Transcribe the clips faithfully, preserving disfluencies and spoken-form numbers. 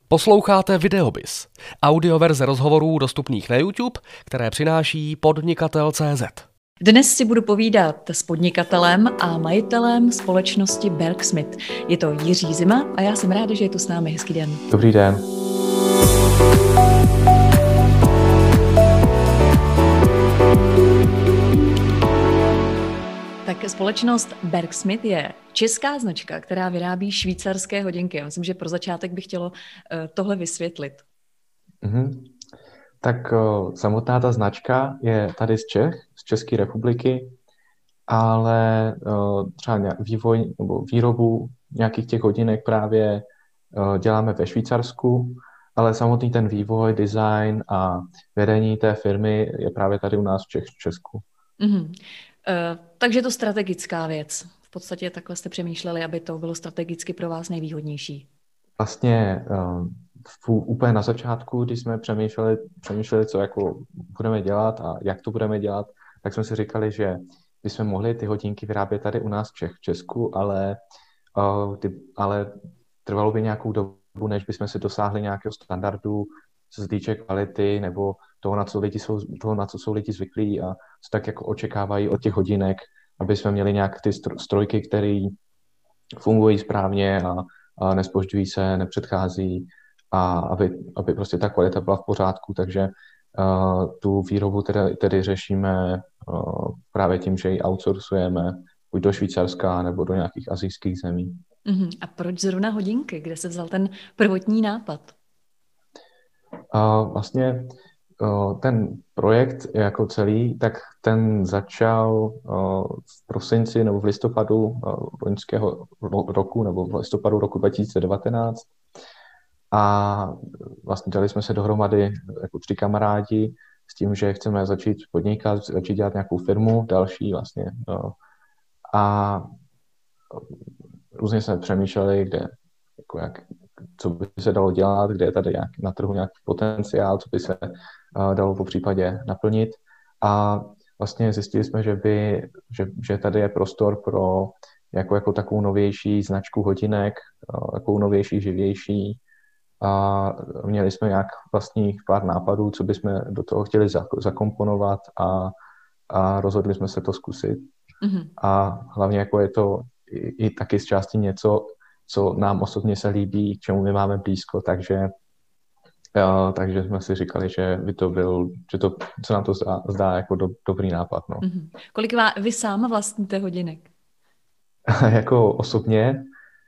Posloucháte Videobiz, audioverze rozhovorů dostupných na YouTube, které přináší Podnikatel tečka cé zet. Dnes si budu povídat s podnikatelem a majitelem společnosti Bergsmith. Je to Jiří Zima a já jsem ráda, že je tu s námi. Hezký den. Dobrý den. Tak společnost Bergsmith je česká značka, která vyrábí švýcarské hodinky. Já myslím, že pro začátek bych chtělo tohle vysvětlit. Mm-hmm. Tak o, samotná ta značka je tady z Čech, z České republiky, ale o, třeba nějak vývoj nebo výrobu nějakých těch hodinek právě o, děláme ve Švýcarsku, ale samotný ten vývoj, design a vedení té firmy je právě tady u nás v, Čech, v Česku. Mm-hmm. Uh, takže je to strategická věc. V podstatě takhle jste přemýšleli, aby to bylo strategicky pro vás nejvýhodnější. Vlastně uh, v, úplně na začátku, když jsme přemýšleli, přemýšleli, co jako budeme dělat a jak to budeme dělat, tak jsme si říkali, že bychom mohli ty hodinky vyrábět tady u nás v, Čech, v Česku, ale, uh, ty, ale trvalo by nějakou dobu, než bychom si dosáhli nějakého standardu, co se týče kvality nebo toho, na co lidi jsou, toho, na co jsou lidi zvyklí a co tak jako očekávají od těch hodinek, aby jsme měli nějak ty strojky, které fungují správně a, a nezpožďují se, nepředchází a aby, aby prostě ta kvalita byla v pořádku. Takže uh, tu výrobu tedy, tedy řešíme uh, právě tím, že ji outsourcujeme buď do Švýcarska nebo do nějakých asijských zemí. Uh-huh. A proč zrovna hodinky? Kde se vzal ten prvotní nápad? Uh, vlastně uh, ten projekt jako celý, tak ten začal uh, v prosinci nebo v listopadu uh, loňského roku nebo v listopadu roku dva tisíce devatenáct a vlastně dali jsme se dohromady jako tři kamarádi s tím, že chceme začít podnikat, začít dělat nějakou firmu další vlastně uh, a různě jsme přemýšleli, kde jako jak co by se dalo dělat, kde je tady nějak, na trhu nějaký potenciál, co by se uh, dalo po případě naplnit. A vlastně zjistili jsme, že, by, že, že tady je prostor pro jako, jako takovou novější značku hodinek, uh, takovou novější, živější. A měli jsme nějak vlastních pár nápadů, co bychom do toho chtěli zakomponovat a, a rozhodli jsme se to zkusit. Mm-hmm. A hlavně jako je to i, i taky z části něco, co nám osobně se líbí, k čemu my máme blízko, takže, uh, takže jsme si říkali, že by to byl, že to se nám to zdá, zdá jako do, dobrý nápad. No. Mm-hmm. Kolik má, vy sám vlastníte hodinek? Jako osobně,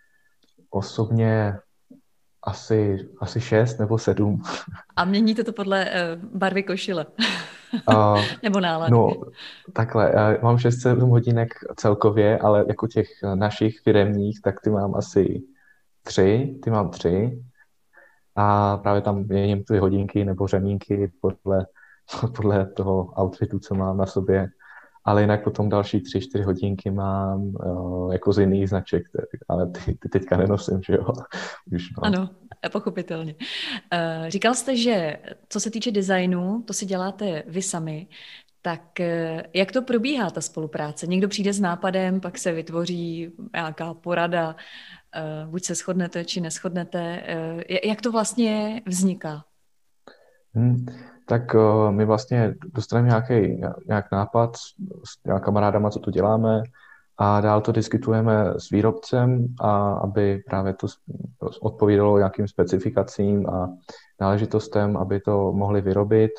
osobně asi, asi šest nebo sedm. A měníte to podle uh, barvy košile? Uh, nebo nálady? No, takhle, já mám šest sedm hodinek celkově, ale jako těch našich firemních, tak ty mám asi tři, ty mám tři a právě tam měním ty hodinky nebo řemínky podle, podle toho outfitu, co mám na sobě, ale jinak potom další tři, čtyři hodinky mám uh, jako z jiných značek, ale ty, ty teďka nenosím, že jo? Už, no. Ano, pochopitelně. Uh, říkal jste, že co se týče designu, to si děláte vy sami, tak uh, jak to probíhá, ta spolupráce? Někdo přijde s nápadem, pak se vytvoří nějaká porada, uh, buď se shodnete, či neshodnete. Uh, jak to vlastně vzniká? Hmm. Tak uh, my vlastně dostaneme nějaký nějak nápad s nějak kamarádama, co to děláme a dál to diskutujeme s výrobcem, a aby právě to odpovídalo nějakým specifikacím a náležitostem, aby to mohli vyrobit.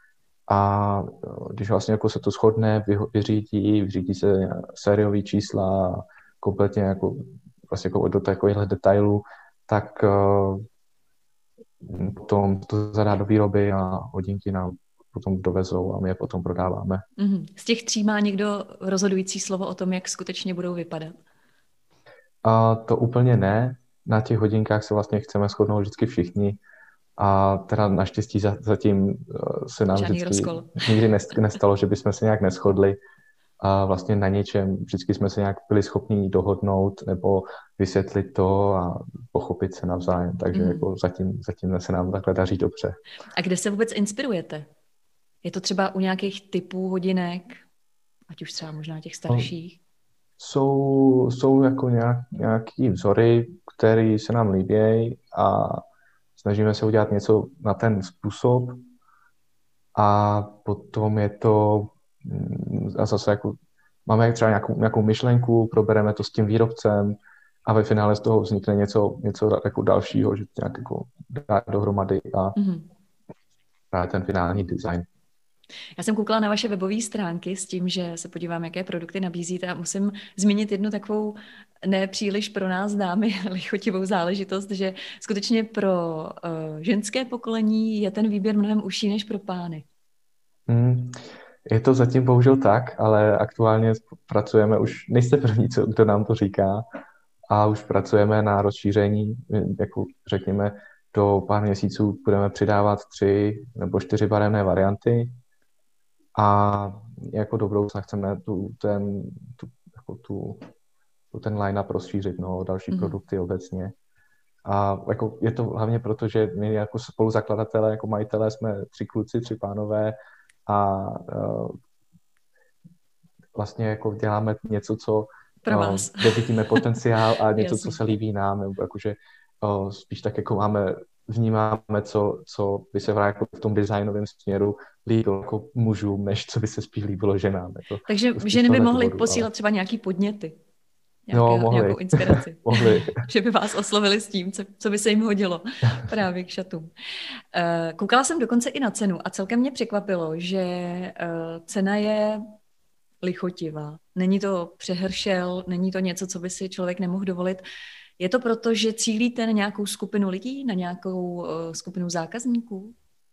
A když vlastně jako se to shodne, vyřídí, vyřídí se sériový čísla kompletně jako, vlastně jako do takovýchhle detailů, tak uh, potom to zadá do výroby a hodinky nám potom dovezou a my je potom prodáváme. Mm-hmm. Z těch tří má někdo rozhodující slovo o tom, jak skutečně budou vypadat? A to úplně ne. Na těch hodinkách se vlastně chceme shodnout vždycky všichni a teda naštěstí zatím se nám Žádný vždycky rozkol. nikdy nestalo, že bychom se nějak neshodli a vlastně na něčem vždycky jsme se nějak byli schopni dohodnout nebo vysvětlit to a pochopit se navzájem, takže mm. jako zatím, zatím se nám takhle daří dobře. A kde se vůbec inspirujete? Je to třeba u nějakých typů hodinek, ať už třeba možná těch starších? Jsou, jsou jako nějak, nějaký vzory, které se nám líbí a snažíme se udělat něco na ten způsob a potom je to, a zase jako, máme třeba nějakou, nějakou myšlenku, probereme to s tím výrobcem a ve finále z toho vznikne něco, něco jako dalšího, že to nějak jako dá dohromady a mm-hmm. právě ten finální design. Já jsem koukala na vaše webové stránky s tím, že se podívám, jaké produkty nabízíte a musím zmínit jednu takovou nepříliš pro nás dámy lichotivou záležitost, že skutečně pro uh, ženské pokolení je ten výběr mnohem užší než pro pány. Hmm. Je to zatím bohužel tak, ale aktuálně pracujeme už, nejste první, co, kdo nám to říká, a už pracujeme na rozšíření, jako řekněme, do pár měsíců budeme přidávat tři nebo čtyři barevné varianty a jako do budoucna chceme tu, ten, tu, jako tu, tu, ten line-up rozšířit, no, další mm. produkty obecně. A jako je to hlavně proto, že my jako spoluzakladatelé, jako majitelé jsme tři kluci, tři pánové a uh, vlastně jako děláme něco, co pro vás. Uh, kde vidíme potenciál a něco, co se líbí nám, nebo jakože uh, spíš tak jako máme, vnímáme, co, co by se právě jako v tom designovém směru líbilo jako mužům, než co by se spíš líbilo ženám. Jako, takže ženy by mohly důvodu, posílat ale... třeba nějaký podněty. Nějaké, no, mohli. Nějakou inspiraci. mohli. Že by vás oslovili s tím, co, co by se jim hodilo právě k šatům. Koukala jsem dokonce i na cenu a celkem mě překvapilo, že cena je lichotivá. Není to přehršel, není to něco, co by si člověk nemohl dovolit. Je to proto, že cílíte na nějakou skupinu lidí, na nějakou uh, skupinu zákazníků?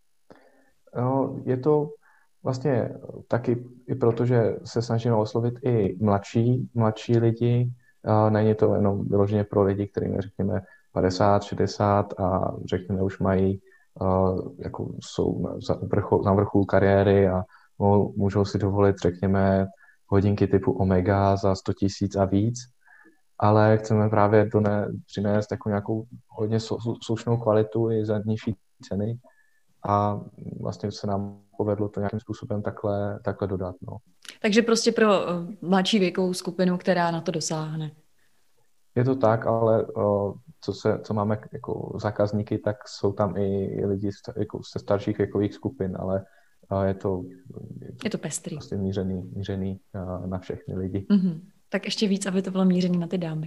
No, je to vlastně taky i proto, že se snažíme oslovit i mladší, mladší lidi. Uh, není to jenom vyloženě pro lidi, kterým řekněme padesát, šedesát a řekněme už mají, uh, jako jsou na, vrchol, na vrcholu kariéry a můžou si dovolit, řekněme, hodinky typu Omega za sto tisíc a víc, ale chceme právě done, přinést jako nějakou hodně slušnou kvalitu i za nižší ceny a vlastně se nám povedlo to nějakým způsobem takhle, takhle dodat. No. Takže prostě pro mladší věkovou skupinu, která na to dosáhne. Je to tak, ale co, se, co máme jako zákazníky, tak jsou tam i lidi jako ze starších věkových skupin, ale je to, je to pestrý. Vlastně mířený, mířený na všechny lidi. Mm-hmm. Tak ještě víc, aby to bylo mířený na ty dámy.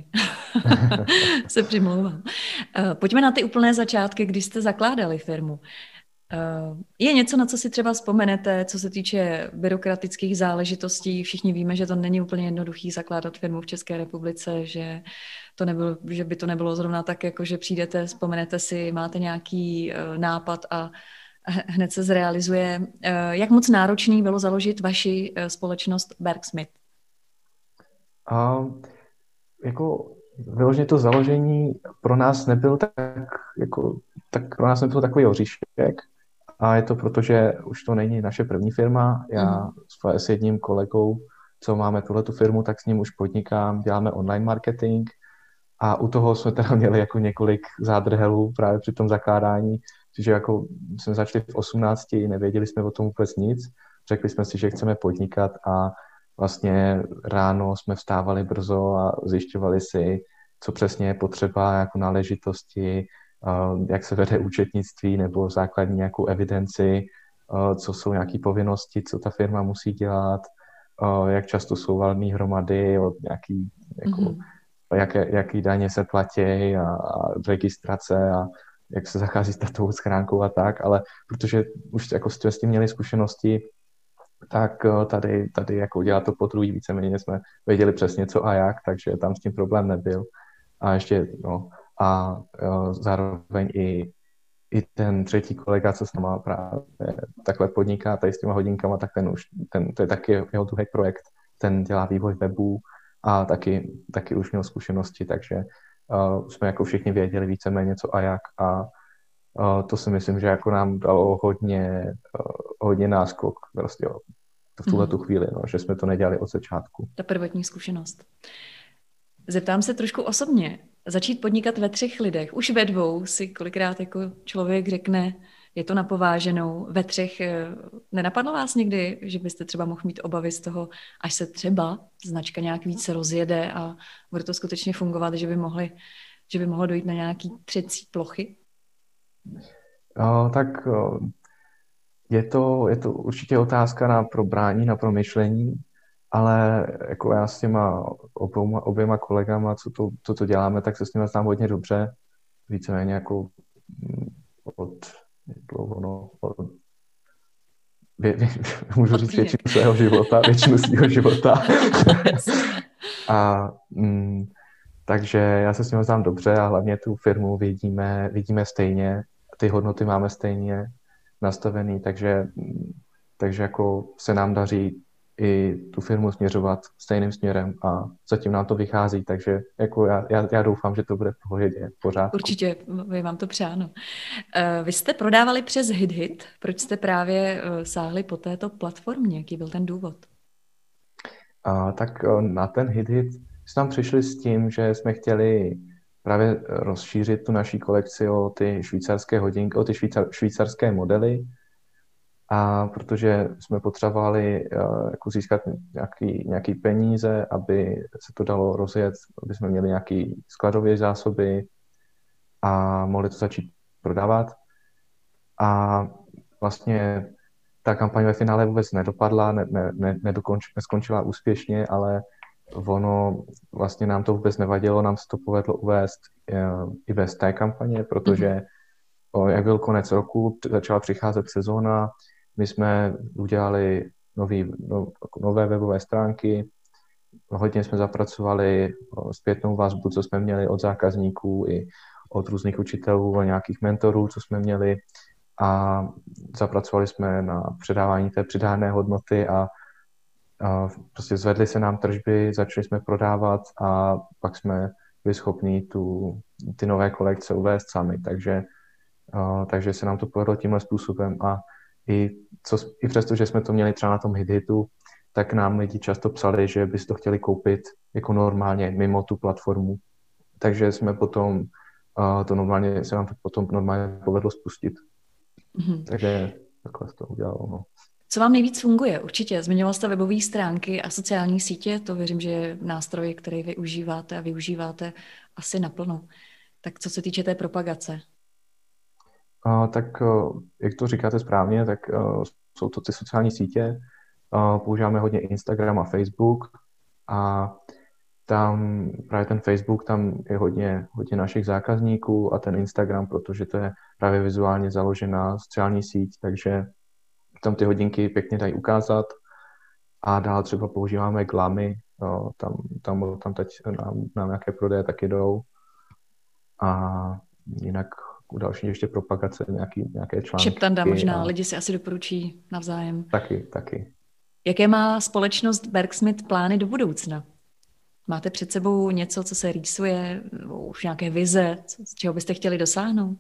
Se přimlouvám. Pojďme na ty úplné začátky, když jste zakládali firmu. Je něco, na co si třeba vzpomenete, co se týče byrokratických záležitostí? Všichni víme, že to není úplně jednoduchý zakládat firmu v České republice, že, to nebylo, že by to nebylo zrovna tak, jako že přijdete, vzpomenete si, máte nějaký nápad a hned se zrealizuje. Jak moc náročný bylo založit vaši společnost Bergsmith? A jako vyloženě to založení pro nás nebyl tak, jako, tak pro nás nebyl takový oříšek a je to proto, že už to není naše první firma. Já mm. s jedním kolegou, co máme tuhletu firmu, tak s ním už podnikám, děláme online marketing a u toho jsme teda měli jako několik zádrhelů právě při tom zakládání, že jako jsme začali v osmnácti, nevěděli jsme o tom vůbec nic, řekli jsme si, že chceme podnikat a vlastně ráno jsme vstávali brzo a zjišťovali si, co přesně je potřeba, jako náležitosti, jak se vede účetnictví nebo základní nějakou evidenci, co jsou nějaké povinnosti, co ta firma musí dělat, jak často jsou valné hromady, nějaký, jako, mm-hmm. jaké, jaký daně se platí a, a registrace a jak se zachází s datovou schránkou a tak, ale protože už jako s tím měli zkušenosti, tak tady, tady jako dělat to po druhý víceméně jsme věděli přesně co a jak, takže tam s tím problém nebyl. A ještě, no, a jo, zároveň i, i ten třetí kolega, co s náma právě takhle podniká tady s těma hodinkama, tak ten už, ten, to je taky jeho druhý projekt, ten dělá vývoj webů a taky, taky už měl zkušenosti, takže uh, jsme jako všichni věděli víceméně co a jak a uh, to si myslím, že jako nám dalo hodně, uh, hodně náskok prostě v tuhle tu chvíli, no, že jsme to nedělali od začátku. Ta prvotní zkušenost. Zeptám se trošku osobně. Začít podnikat ve třech lidech, už ve dvou si kolikrát jako člověk řekne, je to napováženou, ve třech. Nenapadlo vás někdy, že byste třeba mohl mít obavy z toho, až se třeba značka nějak víc rozjede a bude to skutečně fungovat, že by, mohli, že by mohlo dojít na nějaký třecí plochy? Uh, tak uh, je to, je to určitě otázka na probrání, na promyšlení, ale jako já s těma oběma, oběma kolegama, co to, co to děláme, tak se s nimi znám hodně dobře. Víceméně jako mm, od jak dlouho, no, od, vě, vě, můžu říct většinu svého života, většinu svého života. A mm, takže já se s nimi znám dobře a hlavně tu firmu vidíme, vidíme stejně, ty hodnoty máme stejně nastavený, takže, takže jako se nám daří i tu firmu směřovat stejným směrem a zatím nám to vychází, takže jako já, já, já doufám, že to bude v pohodě, v pořádku. Určitě, vy vám to přáno. Vy jste prodávali přes HitHit, proč jste právě sáhli po této platformě, jaký byl ten důvod? A, tak na ten HitHit jsme tam přišli s tím, že jsme chtěli právě rozšířit tu naší kolekci o ty švýcarské hodinky, o ty švýcar, švýcarské modely. A protože jsme potřebovali uh, jako získat nějaký, nějaký peníze, aby se to dalo rozjet, aby jsme měli nějaký skladové zásoby a mohli to začít prodávat. A vlastně ta kampaň ve finále vůbec nedopadla, ne, ne, ne, nedokonč, neskončila úspěšně, ale ono vlastně nám to vůbec nevadilo, nám se to povedlo uvést uh, i bez té kampaně, protože mm-hmm. uh, jak byl konec roku, začala přicházet sezóna. My jsme udělali nový, no, nové webové stránky, hodně jsme zapracovali zpětnou vazbu, co jsme měli od zákazníků i od různých učitelů a nějakých mentorů, co jsme měli a zapracovali jsme na předávání té přidané hodnoty a, a prostě zvedly se nám tržby, začali jsme prodávat a pak jsme byli schopni tu, ty nové kolekce uvést sami, takže, a, takže se nám to povedlo tímhle způsobem a I, co, I přesto, že jsme to měli třeba na tom HitHitu, tak nám lidi často psali, že by si to chtěli koupit jako normálně mimo tu platformu. Takže jsme potom, uh, to normálně, se nám to potom normálně povedlo spustit. Mm-hmm. Takže takhle se to udělalo. No. Co vám nejvíc funguje? Určitě. Zmiňoval jste webové stránky a sociální sítě, to věřím, že je nástroj, který vy užíváte a využíváte asi naplno. Tak co se týče té propagace? Uh, tak, uh, jak to říkáte správně, tak uh, jsou to ty sociální sítě. Uh, používáme hodně Instagram a Facebook a tam právě ten Facebook, tam je hodně, hodně našich zákazníků a ten Instagram, protože to je právě vizuálně založená sociální síť, takže tam ty hodinky pěkně dají ukázat a dál třeba používáme Glamy, uh, tam, tam, tam teď nám, nám nějaké prodeje taky jdou a jinak u další ještě propagace, nějaký, nějaké články. Šeptanda možná, a... lidi si asi doporučí navzájem. Taky, taky. Jaké má společnost Bergsmith plány do budoucna? Máte před sebou něco, co se rýsuje, už nějaké vize, z čeho byste chtěli dosáhnout?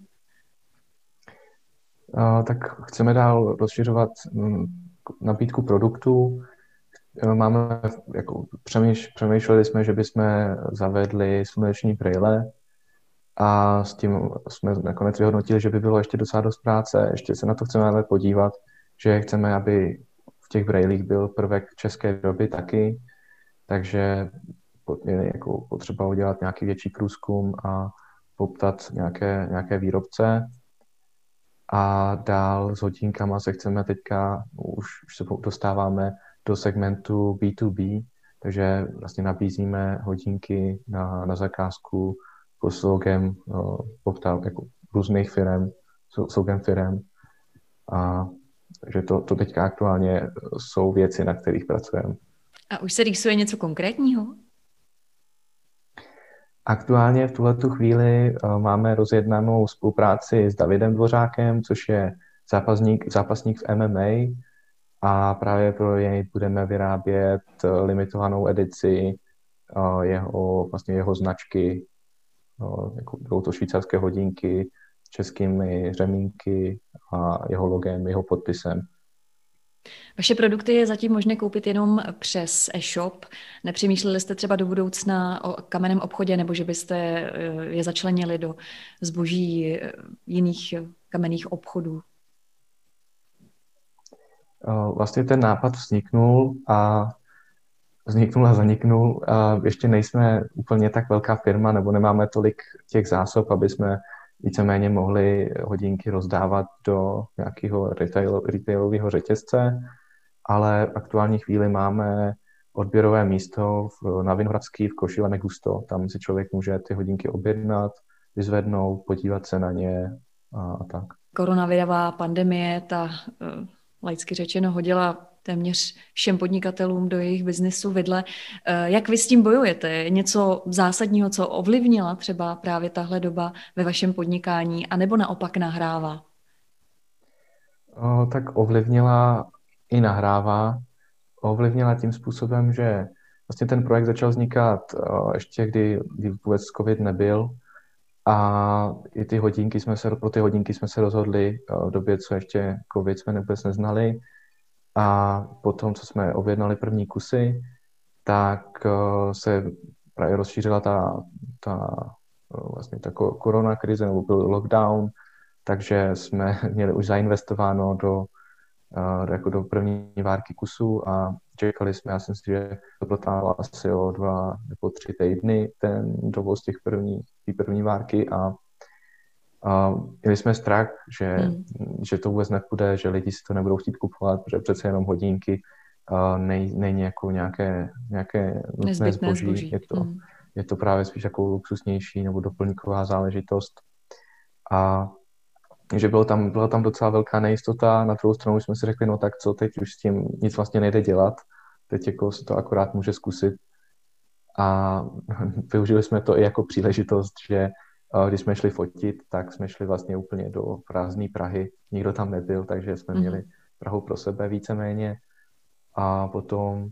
Uh, tak chceme dál rozšiřovat nabídku produktů. Máme, jako, přemýš, přemýšleli jsme, že bychom zavedli sluneční brejle, a s tím jsme nakonec vyhodnotili, že by bylo ještě docela dost práce. Ještě se na to chceme ale podívat, že chceme, aby v těch brejlích byl prvek české výroby taky, takže je jako potřeba udělat nějaký větší průzkum a poptat nějaké, nějaké výrobce. A dál s hodinkama se chceme teďka, už, už se dostáváme do segmentu bé dvě bé, takže vlastně nabízíme hodinky na, na zakázku s logem no, poptávek jako různých firem, s logem firem. A takže to, to teďka aktuálně jsou věci, na kterých pracujeme. A už se rýsuje něco konkrétního? Aktuálně v tuhletu chvíli uh, máme rozjednanou spolupráci s Davidem Dvořákem, což je zápasník, zápasník v M M A a právě pro něj budeme vyrábět uh, limitovanou edici uh, jeho, vlastně jeho značky. No, jako budou to švýcarské hodinky s českými řemínky a jeho logem, jeho podpisem. Vaše produkty je zatím možné koupit jenom přes e-shop. Nepřemýšleli jste třeba do budoucna o kamenném obchodě, nebo že byste je začlenili do zboží jiných kamenných obchodů? Vlastně ten nápad vzniknul a vzniknul a zaniknul. Ještě nejsme úplně tak velká firma, nebo nemáme tolik těch zásob, aby jsme víceméně mohli hodinky rozdávat do nějakého retail, retailového řetězce, ale v aktuální chvíli máme odběrové místo v, na Vinohradský v Košile Negusto. Tam si člověk může ty hodinky objednat, vyzvednout, podívat se na ně a, a tak. Koronavirová pandemie, ta laicky řečeno hodila téměř všem podnikatelům do jejich biznesu vidle. Jak vy s tím bojujete? Je něco zásadního, co ovlivnila třeba právě tahle doba ve vašem podnikání, anebo naopak nahrává? O, tak ovlivnila i nahrává. Ovlivnila tím způsobem, že vlastně ten projekt začal vznikat o, ještě kdy, kdy vůbec covid nebyl. A i ty hodinky jsme se, pro ty hodinky jsme se rozhodli v době, co ještě covid jsme vůbec neznali. A potom, co jsme objednali první kusy, tak se právě rozšířila ta, ta, vlastně ta korona krize, nebo byl lockdown, takže jsme měli už zainvestováno do, jako do první várky kusů a čekali jsme, já si myslím, že to protáhlo asi o dva nebo tři týdny, ten dovoz těch první, tý první várky a, a měli jsme strach, že, hmm. že to vůbec nepůjde, že lidi si to nebudou chtít kupovat, protože přece jenom hodinky uh, nej, není jako nějaké, nějaké nutné zboží, zboží. Je, to, hmm. je to právě spíš jako luxusnější nebo doplňková záležitost. A že bylo tam, byla tam docela velká nejistota, na druhou stranu jsme si řekli, no tak co, teď už s tím nic vlastně nejde dělat, teď jako se to akorát může zkusit. A využili jsme to i jako příležitost, že když jsme šli fotit, tak jsme šli vlastně úplně do prázdné Prahy, nikdo tam nebyl, takže jsme měli Prahu pro sebe víceméně. A potom,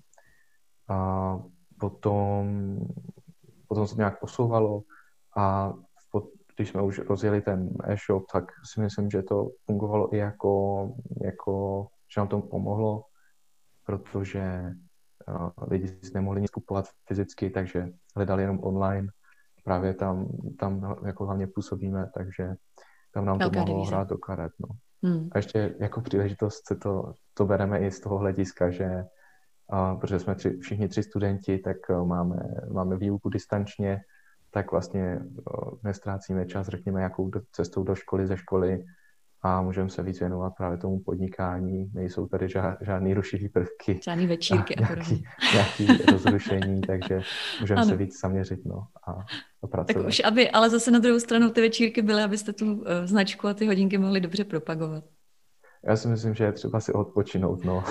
a potom, potom se nějak posouvalo a když jsme už rozjeli ten e-shop, tak si myslím, že to fungovalo i jako, jako že nám to pomohlo, protože uh, lidi si nemohli nic kupovat fyzicky, takže hledali jenom online. Právě tam, tam jako hlavně působíme, takže tam nám Velká to mohlo devíza. hrát do karet. No. Hmm. A ještě jako příležitost se to, to bereme i z toho hlediska, že uh, protože jsme tři, všichni tři studenti, tak uh, máme, máme výuku distančně, tak vlastně nestrácíme čas, řekněme, jakou cestou do školy, ze školy a můžeme se víc věnovat právě tomu podnikání. Nejsou tady žád, žádný rušivý prvky. Žádný večírky. A nějaký, nějaký rozrušení, takže můžeme se víc zaměřit no, a, a pracovat. Tak už, aby, ale zase na druhou stranu ty večírky byly, abyste tu uh, značku a ty hodinky mohli dobře propagovat. Já si myslím, že je třeba si odpočinout. No.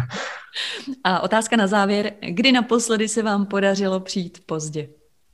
A otázka na závěr. Kdy naposledy se vám podařilo přijít pozdě?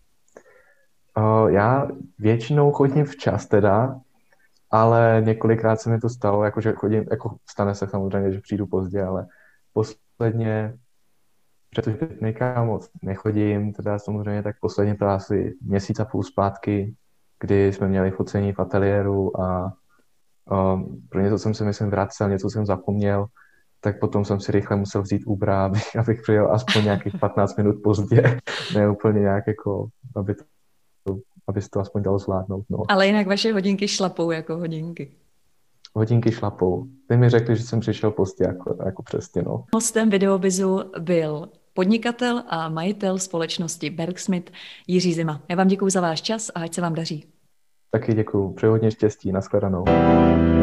Já většinou chodím včas teda, ale několikrát se mi to stalo, jako že chodím, jako stane se samozřejmě, že přijdu pozdě, ale posledně, protože teď někam moc nechodím, teda samozřejmě tak posledně to asi měsíc a půl zpátky, kdy jsme měli focení v ateliéru a um, pro něco jsem se myslím vracel, něco jsem zapomněl, tak potom jsem si rychle musel vzít Uber, abych, abych přijel aspoň nějakých patnáct minut pozdě, ne úplně nějak jako, aby to aby se to aspoň dalo zvládnout. No. Ale jinak vaše hodinky šlapou jako hodinky. Hodinky šlapou. Ty mi řekli, že jsem přišel pozdě, jako, jako přesně. No. Hostem Videobizu byl podnikatel a majitel společnosti Bergsmith Jiří Zima. Já vám děkuji za váš čas a ať se vám daří. Taky děkuji. Přeji hodně štěstí. Nashledanou.